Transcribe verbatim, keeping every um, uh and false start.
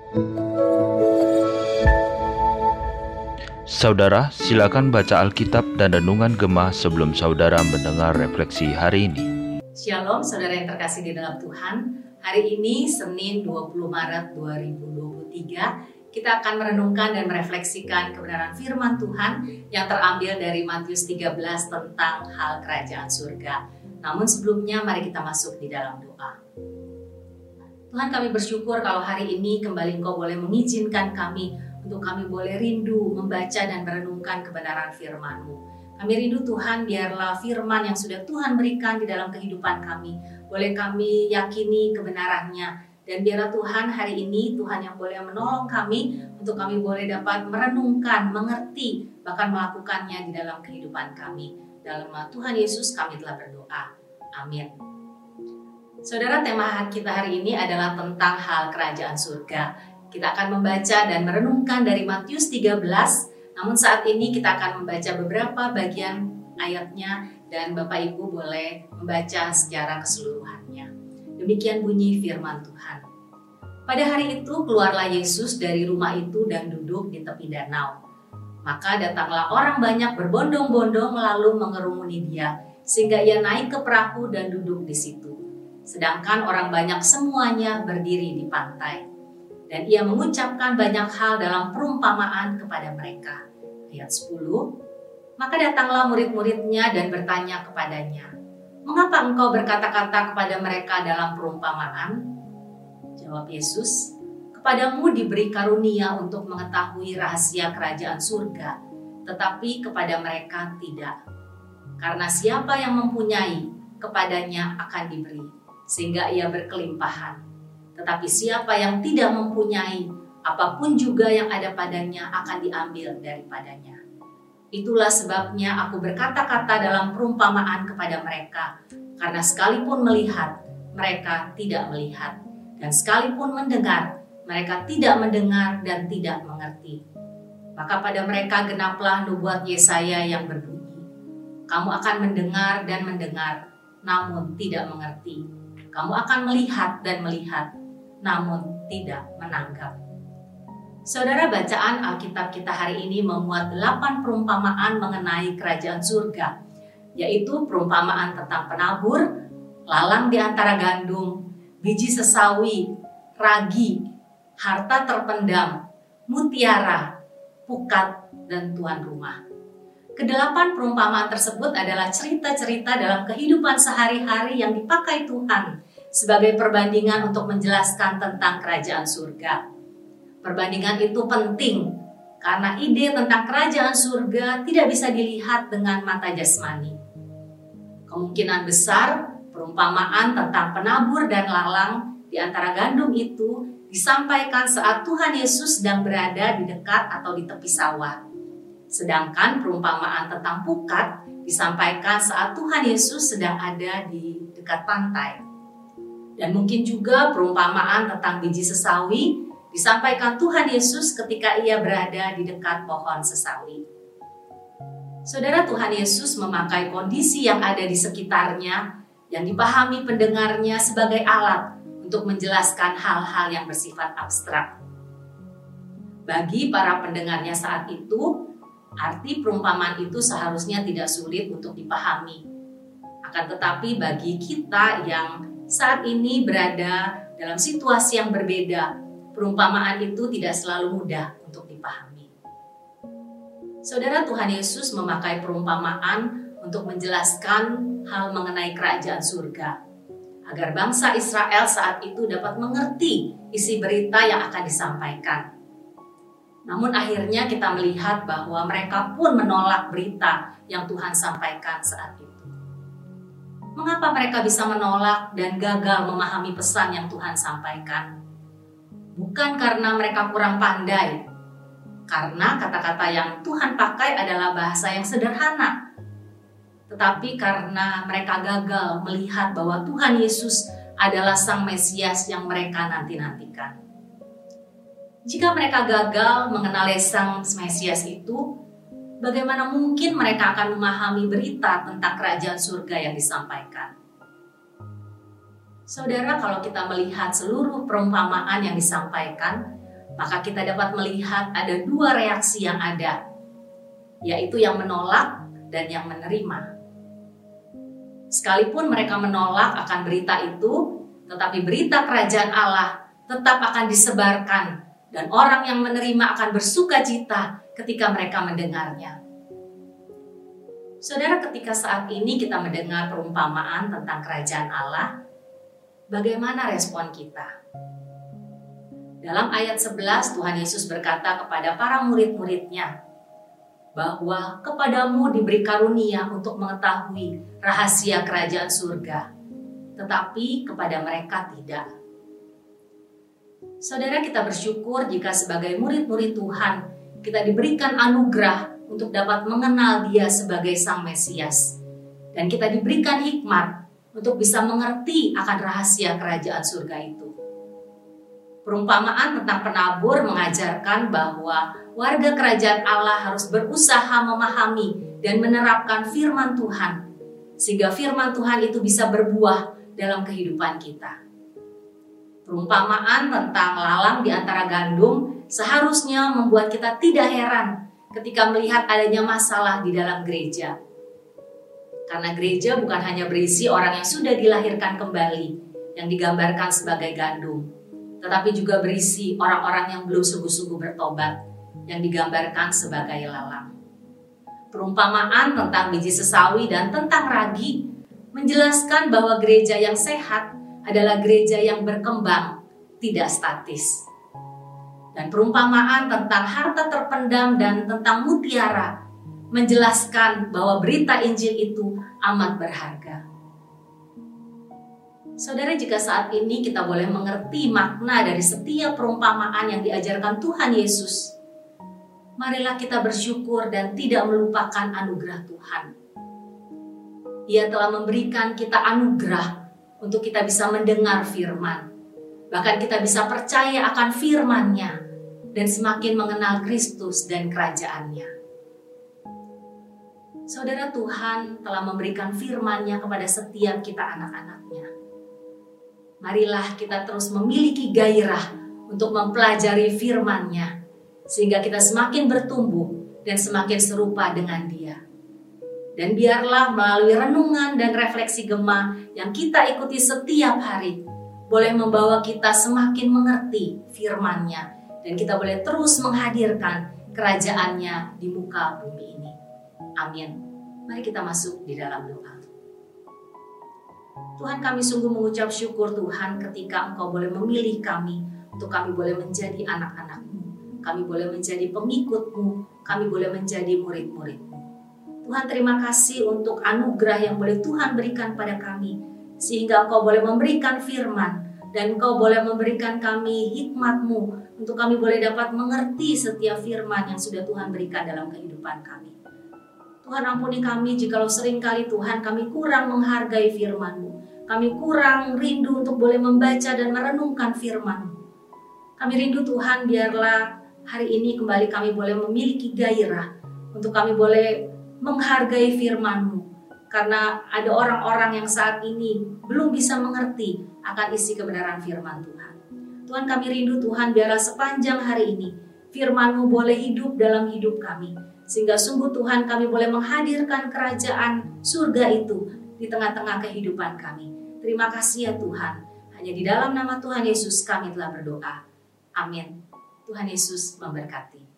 Saudara, silakan baca Alkitab dan Renungan Gemah sebelum saudara mendengar refleksi hari ini. Shalom saudara yang terkasih di dalam Tuhan. Hari ini Senin dua puluh Maret dua ribu dua puluh tiga, kita akan merenungkan dan merefleksikan kebenaran firman Tuhan yang terambil dari Matius tiga belas tentang hal kerajaan surga. Namun sebelumnya mari kita masuk di dalam doa. Tuhan, kami bersyukur kalau hari ini kembali Engkau boleh mengizinkan kami untuk kami boleh rindu membaca dan merenungkan kebenaran firman-Mu. Kami rindu Tuhan, biarlah firman yang sudah Tuhan berikan di dalam kehidupan kami, boleh kami yakini kebenarannya. Dan biarlah Tuhan hari ini, Tuhan yang boleh menolong kami untuk kami boleh dapat merenungkan, mengerti, bahkan melakukannya di dalam kehidupan kami. Dalam nama Tuhan Yesus kami telah berdoa. Amin. Saudara, tema kita hari ini adalah tentang hal kerajaan surga. Kita akan membaca dan merenungkan dari Matius tiga belas, namun saat ini kita akan membaca beberapa bagian ayatnya dan Bapak Ibu boleh membaca secara keseluruhannya. Demikian bunyi firman Tuhan. Pada hari itu keluarlah Yesus dari rumah itu dan duduk di tepi danau. Maka datanglah orang banyak berbondong-bondong lalu mengerumuni dia, sehingga ia naik ke perahu dan duduk di situ. Sedangkan orang banyak semuanya berdiri di pantai. Dan ia mengucapkan banyak hal dalam perumpamaan kepada mereka. Ayat sepuluh. Maka datanglah murid-muridnya dan bertanya kepadanya, "Mengapa engkau berkata-kata kepada mereka dalam perumpamaan?" Jawab Yesus, "Kepadamu diberi karunia untuk mengetahui rahasia kerajaan surga, tetapi kepada mereka tidak. Karena siapa yang mempunyai, kepadanya akan diberi, sehingga ia berkelimpahan. Tetapi siapa yang tidak mempunyai, apapun juga yang ada padanya akan diambil daripadanya. Itulah sebabnya aku berkata-kata dalam perumpamaan kepada mereka, karena sekalipun melihat, mereka tidak melihat, dan sekalipun mendengar, mereka tidak mendengar dan tidak mengerti. Maka pada mereka genaplah nubuat Yesaya yang berbunyi, kamu akan mendengar dan mendengar, namun tidak mengerti. Kamu akan melihat dan melihat, namun tidak menanggap." Saudara, bacaan Alkitab kita hari ini memuat delapan perumpamaan mengenai kerajaan surga, yaitu perumpamaan tentang penabur, lalang di antara gandum, biji sesawi, ragi, harta terpendam, mutiara, pukat, dan tuan rumah. Kedelapan perumpamaan tersebut adalah cerita-cerita dalam kehidupan sehari-hari yang dipakai Tuhan sebagai perbandingan untuk menjelaskan tentang kerajaan surga. Perbandingan itu penting karena ide tentang kerajaan surga tidak bisa dilihat dengan mata jasmani. Kemungkinan besar perumpamaan tentang penabur dan lalang di antara gandum itu disampaikan saat Tuhan Yesus sedang berada di dekat atau di tepi sawah. Sedangkan perumpamaan tentang pukat disampaikan saat Tuhan Yesus sedang ada di dekat pantai. Dan mungkin juga perumpamaan tentang biji sesawi disampaikan Tuhan Yesus ketika ia berada di dekat pohon sesawi. Saudara, Tuhan Yesus memakai kondisi yang ada di sekitarnya yang dipahami pendengarnya sebagai alat untuk menjelaskan hal-hal yang bersifat abstrak. Bagi para pendengarnya saat itu, arti perumpamaan itu seharusnya tidak sulit untuk dipahami. Akan tetapi bagi kita yang saat ini berada dalam situasi yang berbeda, perumpamaan itu tidak selalu mudah untuk dipahami. Saudara, Tuhan Yesus memakai perumpamaan untuk menjelaskan hal mengenai kerajaan surga, agar bangsa Israel saat itu dapat mengerti isi berita yang akan disampaikan. Namun akhirnya kita melihat bahwa mereka pun menolak berita yang Tuhan sampaikan saat itu. Mengapa mereka bisa menolak dan gagal memahami pesan yang Tuhan sampaikan? Bukan karena mereka kurang pandai, karena kata-kata yang Tuhan pakai adalah bahasa yang sederhana. Tetapi karena mereka gagal melihat bahwa Tuhan Yesus adalah Sang Mesias yang mereka nanti-nantikan. Jika mereka gagal mengenali Sang Mesias itu, bagaimana mungkin mereka akan memahami berita tentang kerajaan surga yang disampaikan? Saudara, kalau kita melihat seluruh perumpamaan yang disampaikan, maka kita dapat melihat ada dua reaksi yang ada, yaitu yang menolak dan yang menerima. Sekalipun mereka menolak akan berita itu, tetapi berita kerajaan Allah tetap akan disebarkan dan orang yang menerima akan bersuka cita ketika mereka mendengarnya. Saudara, ketika saat ini kita mendengar perumpamaan tentang kerajaan Allah, bagaimana respon kita? Dalam ayat sebelas, Tuhan Yesus berkata kepada para murid-muridnya bahwa kepadamu diberi karunia untuk mengetahui rahasia kerajaan surga, tetapi kepada mereka tidak. Saudara, kita bersyukur jika sebagai murid-murid Tuhan kita diberikan anugerah untuk dapat mengenal Dia sebagai Sang Mesias, dan kita diberikan hikmat untuk bisa mengerti akan rahasia kerajaan surga itu. Perumpamaan tentang penabur mengajarkan bahwa warga kerajaan Allah harus berusaha memahami dan menerapkan firman Tuhan, sehingga firman Tuhan itu bisa berbuah dalam kehidupan kita. Perumpamaan tentang lalang di antara gandum seharusnya membuat kita tidak heran ketika melihat adanya masalah di dalam gereja. Karena gereja bukan hanya berisi orang yang sudah dilahirkan kembali, yang digambarkan sebagai gandum, tetapi juga berisi orang-orang yang belum sungguh-sungguh bertobat, yang digambarkan sebagai lalang. Perumpamaan tentang biji sesawi dan tentang ragi menjelaskan bahwa gereja yang sehat adalah gereja yang berkembang, tidak statis. Dan perumpamaan tentang harta terpendam dan tentang mutiara menjelaskan bahwa berita Injil itu amat berharga. Saudara, jika saat ini kita boleh mengerti makna dari setiap perumpamaan yang diajarkan Tuhan Yesus, marilah kita bersyukur dan tidak melupakan anugerah Tuhan. Ia telah memberikan kita anugerah untuk kita bisa mendengar firman. Bahkan kita bisa percaya akan firman-Nya dan semakin mengenal Kristus dan kerajaan-Nya. Saudara, Tuhan telah memberikan firman-Nya kepada setiap kita anak-anak-Nya. Marilah kita terus memiliki gairah untuk mempelajari firman-Nya, sehingga kita semakin bertumbuh dan semakin serupa dengan Dia. Dan biarlah melalui renungan dan refleksi Gema yang kita ikuti setiap hari, boleh membawa kita semakin mengerti firman-Nya, dan kita boleh terus menghadirkan kerajaan-Nya di muka bumi ini. Amin. Mari kita masuk di dalam doa. Tuhan, kami sungguh mengucap syukur Tuhan ketika Engkau boleh memilih kami, untuk kami boleh menjadi anak-anak-Mu, kami boleh menjadi pengikut-Mu, kami boleh menjadi murid-murid-Mu. Tuhan, terima kasih untuk anugerah yang boleh Tuhan berikan pada kami, sehingga Engkau boleh memberikan firman, dan Engkau boleh memberikan kami hikmat-Mu, untuk kami boleh dapat mengerti setiap firman yang sudah Tuhan berikan dalam kehidupan kami. Tuhan, ampuni kami jikalau seringkali Tuhan kami kurang menghargai firman-Mu, kami kurang rindu untuk boleh membaca dan merenungkan firman-Mu. Kami rindu Tuhan, biarlah hari ini kembali kami boleh memiliki gairah untuk kami boleh menghargai firman-Mu, karena ada orang-orang yang saat ini belum bisa mengerti akan isi kebenaran firman Tuhan. Tuhan, kami rindu Tuhan, biarlah sepanjang hari ini firman-Mu boleh hidup dalam hidup kami, sehingga sungguh Tuhan kami boleh menghadirkan kerajaan surga itu di tengah-tengah kehidupan kami. Terima kasih ya Tuhan, hanya di dalam nama Tuhan Yesus kami telah berdoa. Amin. Tuhan Yesus memberkati.